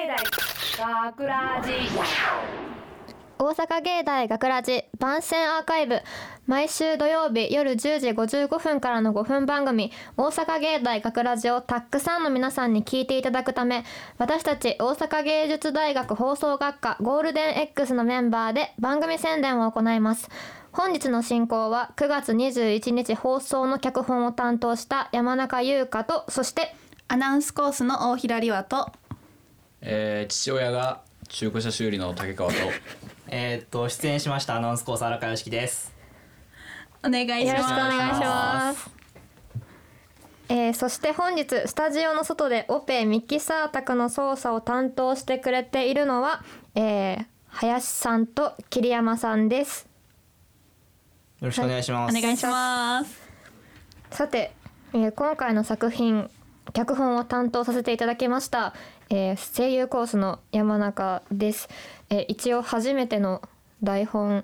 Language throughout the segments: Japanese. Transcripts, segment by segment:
大学ラジ大阪芸大学ラジ番宣アーカイブ、毎週土曜日夜10時55分からの5分番組大阪芸大学ラジをたくさんの皆さんに聞いていただくため、私たち大阪芸術大学放送学科ゴールデン X のメンバーで番組宣伝を行います。本日の進行は9月21日放送の脚本を担当した山中優香と、そしてアナウンスコースの大平里和と、 父親が中古車修理の竹川と出演しましたアナウンスコース荒川良樹です。 お願いします。 よろしくお願いします。そして本日スタジオの外でオペミキサー宅の操作を担当してくれているのは、林さんと桐山さんです。 よろしくお願いします。 お願いします。 さて、今回の作品脚本を担当させていただきました、声優コースの山中です。一応初めての脚本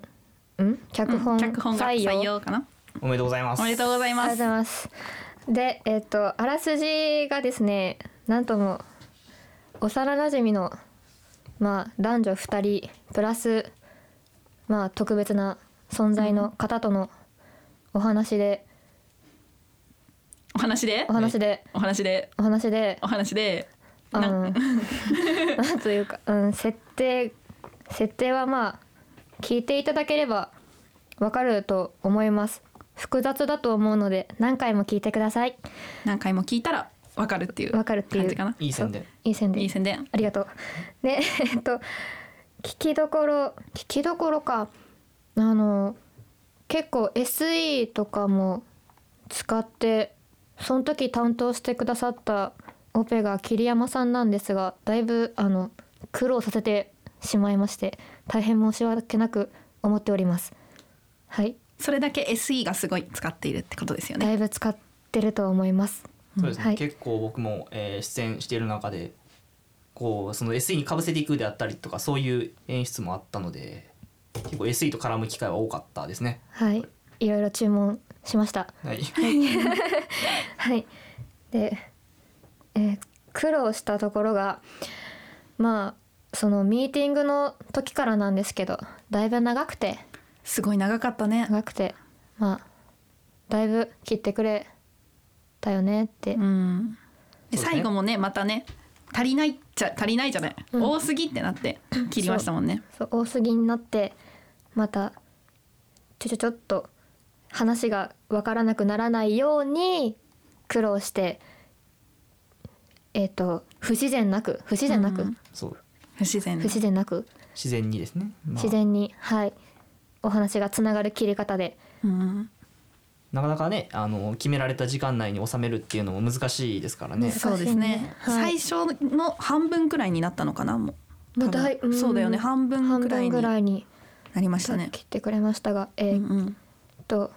採用かな。 おめでとうございます。 おめでとうございます。 ありがとうございます。で、あらすじがですね、なんとも幼なじみの、男女2人プラス、特別な存在の方とのお話で、なんというか、設定は聞いていただければわかると思います。複雑だと思うので何回も聞いてください。 何回も聞いたらわかるっていう感じかな。 いい宣伝。 いい宣伝。ありがとう。で、聞きどころか、結構 SE とかも使って、その時担当してくださったオペが桐山さんなんですが、だいぶ苦労させてしまいまして大変申し訳なく思っております。はい。 それだけ SE がすごい使っているってことですよね。 だいぶ使ってると思います。 そうですね、 はい、 結構僕も、出演している中でこうその SE にかぶせていくであったりとか、そういう演出もあったので、結構 SE と絡む機会は多かったですね。 はい、いろいろ注文しました。 はいはい。で、苦労したところが、そのミーティングの時からなんですけど、だいぶ長くてすごい長かったね。 だいぶ切ってくれたよねって、 で最後もね、またね、足りないじゃない、多すぎってなって切りましたもんね。 そう多すぎになって、またちょっと話が分からなくならないように苦労して、不自然なく自然にですね、 自然に、はい、お話がつながる切り方で、 なかなかね、決められた時間内に収めるっていうのも難しいですからね。 そうですね、はい、最初の半分くらいになったのかな。もうそうだよね、半分くらいになりましたね。 切ってくれましたが、ど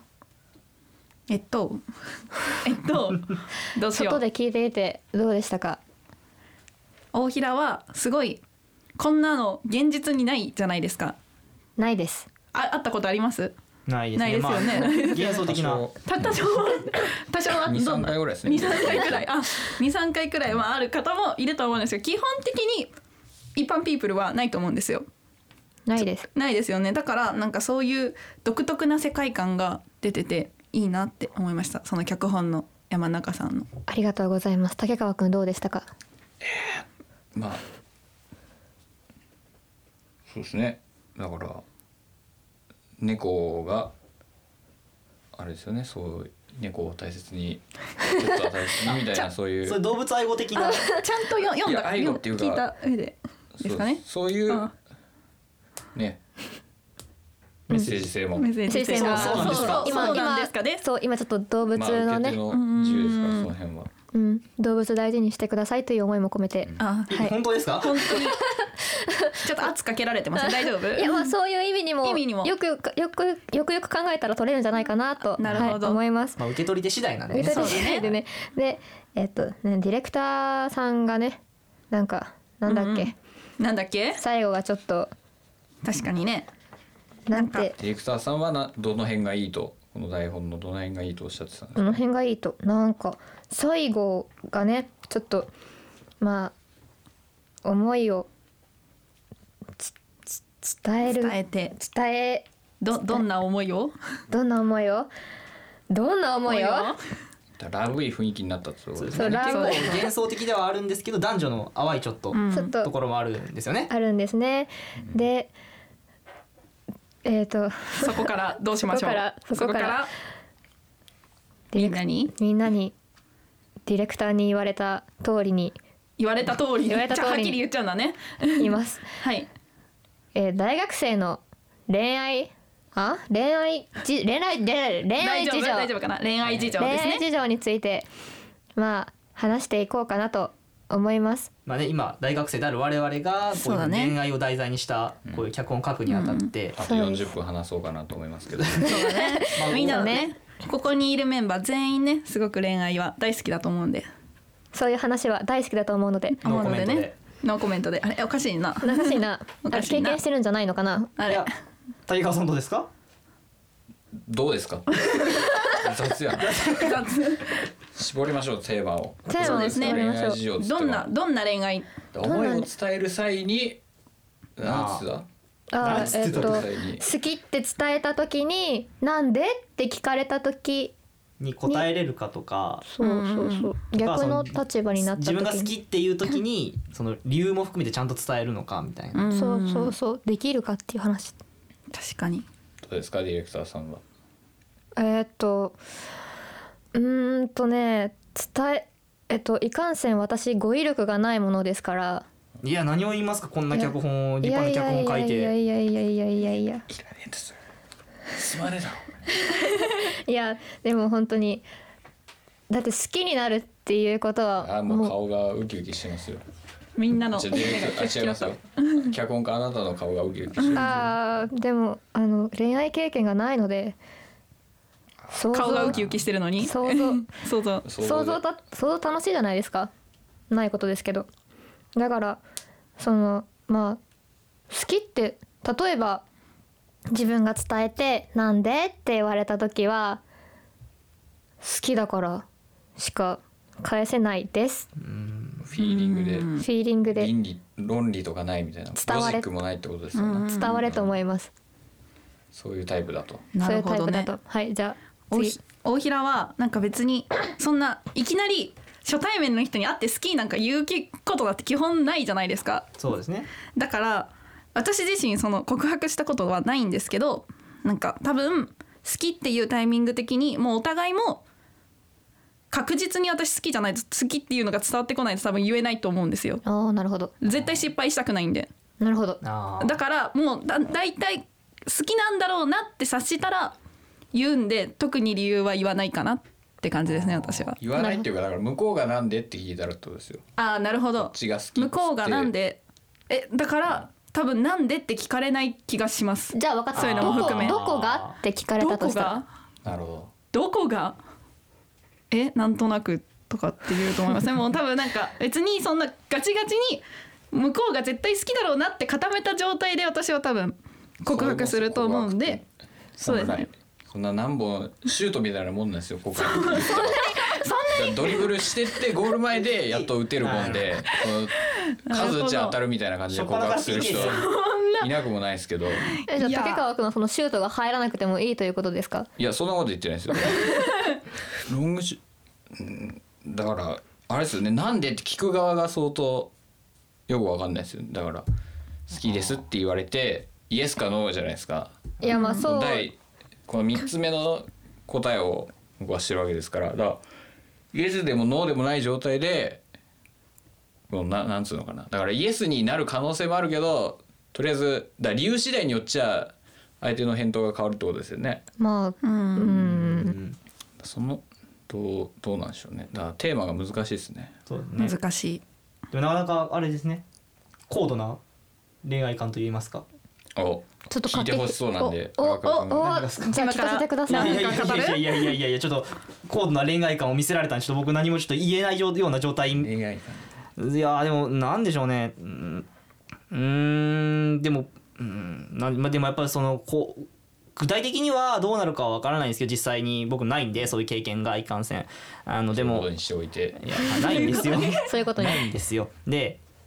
うしよう。外で聞いていてどうでしたか。 大平はすごい、こんなの現実にないじゃないですか。ないです。あったことあります？ ないですね。 ないですよね。 幻想的な。 多少は 2、3回ぐらいですね。 2、3回くらい、2、3回くらいはある方もいると思うんですけど、基本的に一般ピープルはないと思うんですよ。 ないですよね。だからなんかそういう独特な世界観が出てていいなって思いました。その脚本の山中さんの。 ありがとうございます。竹川くんどうでしたか。 そうですね。だから猫があれですよね。そう猫を大切にペットは大切にみたいなそういう動物愛護的なちゃんと読んだ愛護っていうか聞いた上でですかね。 そういうねメッセージ性もメッセージ性もそうなんですか。 そうなんですかね。 そう今ちょっと動物のね、 受け手の自由ですから、その辺は。 動物大事にしてくださいという思いも込めて、 本当ですか。 本当にちょっと圧かけられてますね。大丈夫？ いや、そういう意味にもよく考えたら取れるんじゃないかなと思います。 受け取り手次第なんでね。 受け取り手次第でね。でディレクターさんがね、なんだっけ最後がちょっと確かにね。 なんてディレクターさんはどの辺がいいと、この台本のどの辺がいいとおっしゃってたんですか。 どの辺がいいと、なんか最後がねちょっと思いを伝えどんな思いをどんな思いをラブい雰囲気になったってことですね。 そうラブ結構幻想的ではあるんですけど男女の淡いちょっとちょっとところもあるんですよね。 あるんですね。でそこからどうしましょう。 そこからみんなにみんなにディレクターに言われた通りに言われた通り言われた通りじゃあはっきり言っちゃうんだね。 言いますはい。 大学生の恋愛事大丈夫かな。恋愛事情ですね。 恋愛事情についてまあ話していこうかなと思います。 まあね、今大学生である我々がこういうそうだね恋愛を題材にしたこういう脚本を書くにあたって、 あと40分話そうかなと思いますけど。 そうだね。 まあみんなのね、ここにいるメンバー全員ね、すごく恋愛は大好きだと思うんで。 そういう話は大好きだと思うのでノーコメントで。 ノーコメントで。あれおかしいな。 おかしいなおかしいな経験してるんじゃないのかな。 あれいや谷川さんどうですか？ どうですか？雑やん。絞りましょうテーマを。 テーマをそうですね絞りましょう恋愛事情っつってもどんな恋愛。 思いを伝える際になんつうだなんつってた際に好きって伝えた時になんでって聞かれた時に答えれるかとか、 そう逆の立場になった時に自分が好きっていう時にその理由も含めてちゃんと伝えるのかみたいな。 そうできるかっていう話。 確かに。 どうですかディレクターさんは。 いかんせん私語彙力がないものですから。 いや何を言いますか、こんな脚本を立派な脚本を書いて。 いやいらねえんですよ。すまねえだろ。 いやでも本当にだって好きになるっていうことはもう顔がウキウキしてますよ。 みんなの違いますよ。脚本家あなたの顔がウキウキしてる。 でも恋愛経験がないので顔がウキウキしてるのに想像楽しいじゃないですか。ないことですけど。だから好きって例えば自分が伝えてなんでって言われた時は好きだからしか返せないです。 フィーリングで論理とかないみたいなロジックもないってことですよね。 伝われと思います。 そういうタイプだと。 なるほどね。 そういうタイプだと。はい、じゃあ次。 大平はなんか別にそんないきなり初対面の人に会って好きなんか言うことだって基本ないじゃないですか。 そうですね。 だから私自身その告白したことはないんですけど、なんか多分好きっていうタイミング的にもうお互いも確実に私好きじゃないと好きっていうのが伝わってこないと多分言えないと思うんですよ。 なるほど。 絶対失敗したくないんで。 なるほど。 だからもうだいたい好きなんだろうなって察したら言うんで、特に理由は言わないかなって感じですね私は。 言わないっていうか、だから向こうがなんでって聞いたらってことですよ。 なるほど。 こっちが好き向こうがなんでだから多分なんでって聞かれない気がします。 じゃあ分かった。 そういうのも含めどこがって聞かれたとしたら。 なるほどこがなんとなくとかって言うと思いますね。もう多分なんか別にそんなガチガチに向こうが絶対好きだろうなって固めた状態で私は多分告白すると思うんで。そうですね。 そんな何本シュートみたいなもんなんですよ告白って言ったら。ドリブルしてってゴール前でやっと打てるもんで、数打ち当たるみたいな感じで告白する人はいなくもないですけど。 じゃあ竹川君はそのシュートが入らなくてもいいということですか。 いやそんなこと言ってないですよ。ロングだからあれですよね、なんでって聞く側が相当よくわかんないですよ。だから好きですって言われてイエスかノーじゃないですか。 いやまあそう。 この3つ目の答えを僕はしてるわけですから、だからイエスでもノーでもない状態でなんつうのかな、だからイエスになる可能性もあるけど、とりあえず理由次第によっちゃ相手の返答が変わるってことですよね。 まあそのどうなんでしょうね。だからテーマが難しいですね。 そうね。 難しい。 でもなかなかあれですね。高度な恋愛観といいますか。 ちょっと聞いてほしそうなんで。 じゃあ聞かせてください。 いやちょっと高度な恋愛観を見せられたんで、ちょっと僕何もちょっと言えないような状態。 恋愛観。 いやでもなんでしょうね。でもでもやっぱりその具体的にはどうなるかは分からないんですけど、実際に僕ないんでそういう経験がいかんせん。でもそういうことにしておいて。 いやないんですよ。 そういうことにないんですよ。で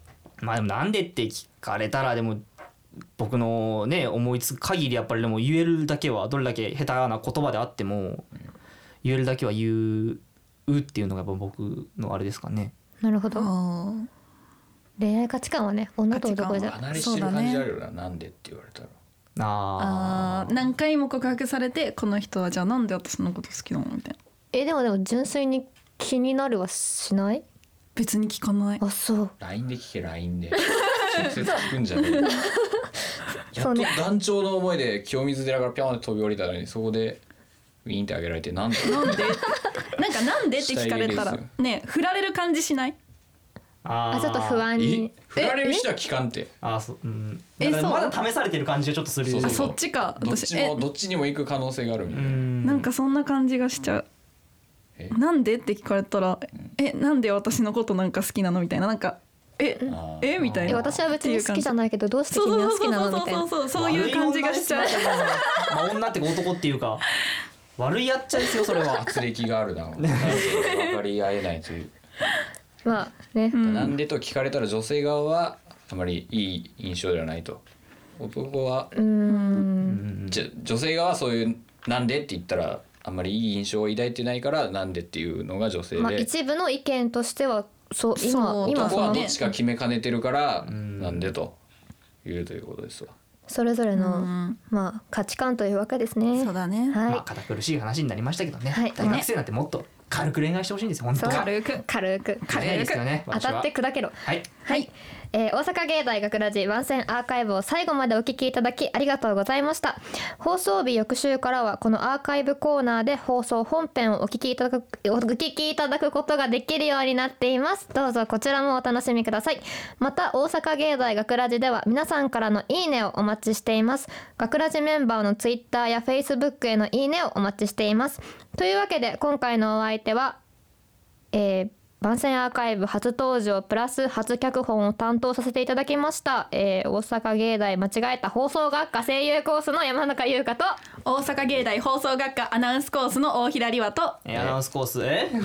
まあでもなんでって聞かれたらでも僕のね思いつく限りやっぱりでも言えるだけはどれだけ下手な言葉であっても言えるだけは言うっていうのがやっぱ僕のあれですかね。 なるほど。 あ恋愛価値観はね女と男じゃ離れしてる感じあるよな、なんでって言われたら。 何回も告白されてこの人はじゃあなんで私のこと好きなのみたいな。 でも純粋に気になるはしない？ 別に聞かない。 あ、そう。 LINE で聞け LINE で直接聞くんじゃねえ。やっと団長の思いで清水寺からピョンって飛び降りたのにそこでウィーンってあげられてなんでなんでなんでって聞かれたらね振られる感じしない？ あ、ちょっと不安に。 振られる人は聞かんて。 そう、だからまだ試されてる感じがちょっとする。 そうそっちか。 どっちにも行く可能性があるみたいな。 なんかそんな感じがしちゃう。なんでって聞かれたらなんで私のことなんか好きなのみたいな、なんかみたいな。 私は別に好きじゃないけどどうして君は好きなのみたいな。 そういう感じがしちゃう。 まあ女って男っていうか悪いやっちゃいですよそれは。 圧力があるな。分かり合えないという。 まあね、 なんでと聞かれたら女性側はあまりいい印象ではないと。男は女性側はそういうなんでって言ったらあんまりいい印象を抱いてないからなんでっていうのが女性で、 まあ、一部の意見としては今男はどっちか決めかねてるからなんでというということですわ。 それぞれの、まあ、価値観というわけですね。 そうだね。 はい、 まあ堅苦しい話になりましたけどね、 はい、 大学生なんてもっと軽く恋愛してほしいんですよ本当は。 軽くですよね、 当たって砕けろ。 はいはい、大阪芸大学ラジ番宣アーカイブを最後までお聞きいただきありがとうございました。放送日翌週からはこのアーカイブコーナーで放送本編をお聞きいただくことができるようになっています。どうぞこちらもお楽しみください。また大阪芸大学ラジでは皆さんからのいいねをお待ちしています。学ラジメンバーのツイッターやフェイスブックへのいいねをお待ちしています。というわけで今回のお相手は番宣アーカイブ初登場プラス初脚本を担当させていただきました、大阪芸大間違えた放送学科声優コースの山中優香と大阪芸大放送学科アナウンスコースの大平里和とアナウンスコース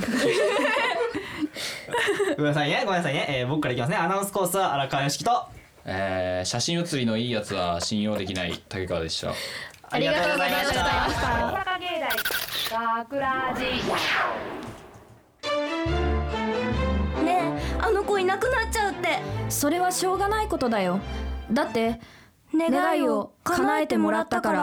ごめんなさいね、僕からいきますね。アナウンスコースは荒川良樹と、 写真写りのいいやつは信用できない竹川でした。 ありがとうございました。 大阪芸大学ラジ。 ねえ、あの子いなくなっちゃうって。それはしょうがないことだよ。だって願いを叶えてもらったから。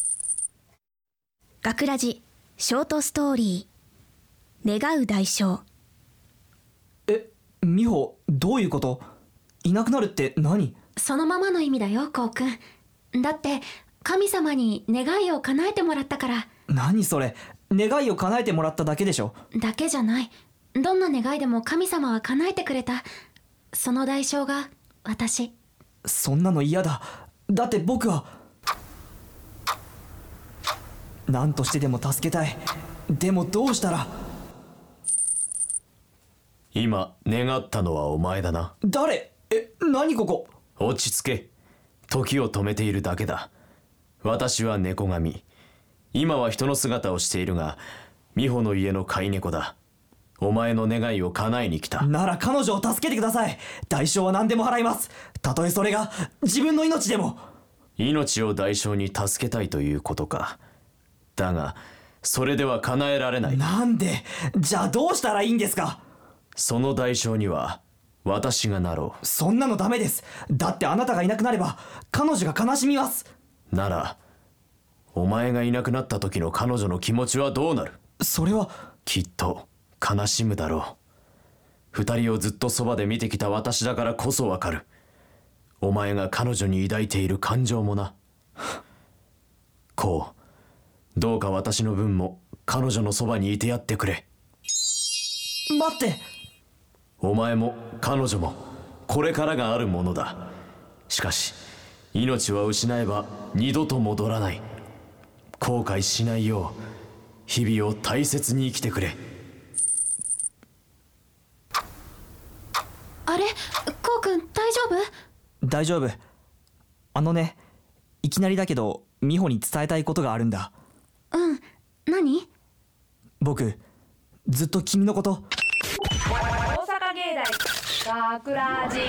学ラジショートストーリー願う代償。 美穂、どういうこと？いなくなるって何？ そのままの意味だよ、こうくん。だって神様に願いを叶えてもらったから。 何それ？願いを叶えてもらっただけでしょ？ だけじゃない。どんな願いでも神様は叶えてくれた。その代償が私。 そんなの嫌だ。だって僕は何としてでも助けたい。でもどうしたら？ 今願ったのはお前だな。 誰？何ここ？ 落ち着け。時を止めているだけだ。私は猫神。今は人の姿をしているが美穂の家の飼い猫だ。お前の願いを叶えに来た。 なら彼女を助けてください。代償は何でも払います。たとえそれが自分の命でも。 命を代償に助けたいということか。だがそれでは叶えられない。 なんで？じゃあどうしたらいいんですか？ その代償には私がなろう。 そんなのダメです。だってあなたがいなくなれば彼女が悲しみます。 ならお前がいなくなった時の彼女の気持ちはどうなる？ それはきっと悲しむだろう。二人をずっとそばで見てきた私だからこそわかる。お前が彼女に抱いている感情もな。こう、どうか私の分も彼女のそばにいてやってくれ。 待って。 お前も彼女もこれからがあるものだ。しかし命は失えば二度と戻らない。後悔しないよう日々を大切に生きてくれ。 あれ、こうくん大丈夫？ 大丈夫。いきなりだけど美穂に伝えたいことがあるんだ。 うん、何？ 僕ずっと君のこと。 大阪芸大学ラジ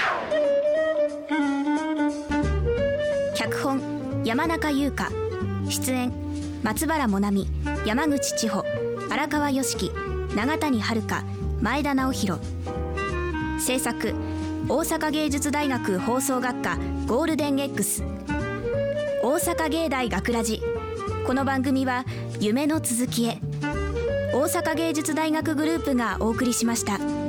脚本山中優香、出演松原もなみ、山口千穂、荒川良樹、永谷遥、前田直弘。制作大阪芸術大学放送学科ゴールデン X、 大阪芸大学ラジ。この番組は夢の続きへ、大阪芸術大学グループがお送りしました。